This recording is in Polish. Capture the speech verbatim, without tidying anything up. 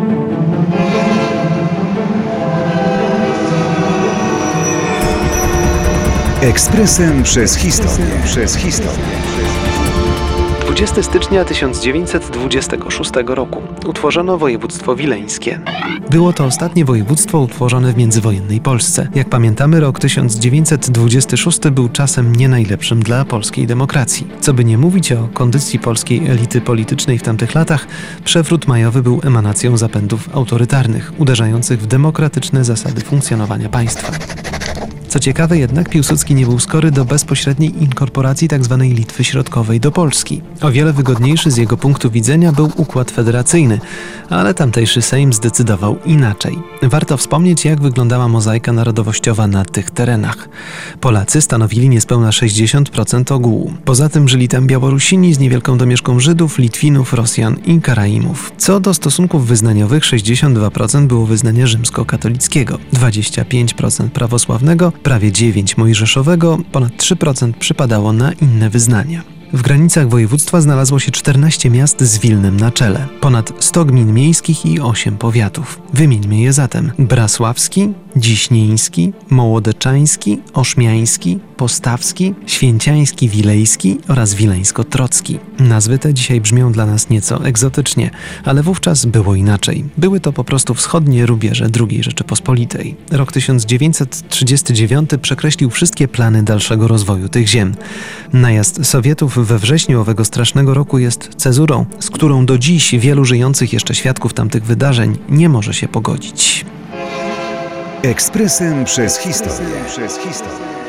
Ekspresem przez historię. Przez historię. dwudziestego stycznia tysiąc dziewięćset dwudziestego szóstego roku utworzono województwo wileńskie. Było to ostatnie województwo utworzone w międzywojennej Polsce. Jak pamiętamy, rok tysiąc dziewięćset dwudziesty szósty był czasem nie najlepszym dla polskiej demokracji. Co by nie mówić o kondycji polskiej elity politycznej w tamtych latach, przewrót majowy był emanacją zapędów autorytarnych, uderzających w demokratyczne zasady funkcjonowania państwa. Co ciekawe jednak, Piłsudski nie był skory do bezpośredniej inkorporacji tzw. Litwy Środkowej do Polski. O wiele wygodniejszy z jego punktu widzenia był układ federacyjny, ale tamtejszy Sejm zdecydował inaczej. Warto wspomnieć, jak wyglądała mozaika narodowościowa na tych terenach. Polacy stanowili niespełna sześćdziesiąt procent ogółu. Poza tym żyli tam Białorusini z niewielką domieszką Żydów, Litwinów, Rosjan i Karaimów. Co do stosunków wyznaniowych, sześćdziesiąt dwa procent było wyznania rzymskokatolickiego, dwadzieścia pięć procent prawosławnego, prawie dziewięć procent mojżeszowego, ponad trzy procent przypadało na inne wyznania. W granicach województwa znalazło się czternaście miast z Wilnem na czele, ponad sto gmin miejskich i osiem powiatów. Wymieńmy je zatem: Brasławski, Dziśnieński, Mołodeczański, Oszmiański, Postawski, Święciański Wilejski oraz Wileńsko-Trocki. Nazwy te dzisiaj brzmią dla nas nieco egzotycznie, ale wówczas było inaczej. Były to po prostu wschodnie rubieże drugiej Rzeczypospolitej. Rok tysiąc dziewięćset trzydziesty dziewiąty przekreślił wszystkie plany dalszego rozwoju tych ziem. Najazd Sowietów we wrześniu owego strasznego roku jest cezurą, z którą do dziś wielu żyjących jeszcze świadków tamtych wydarzeń nie może się pogodzić. Ekspresem przez historię. Przez historię.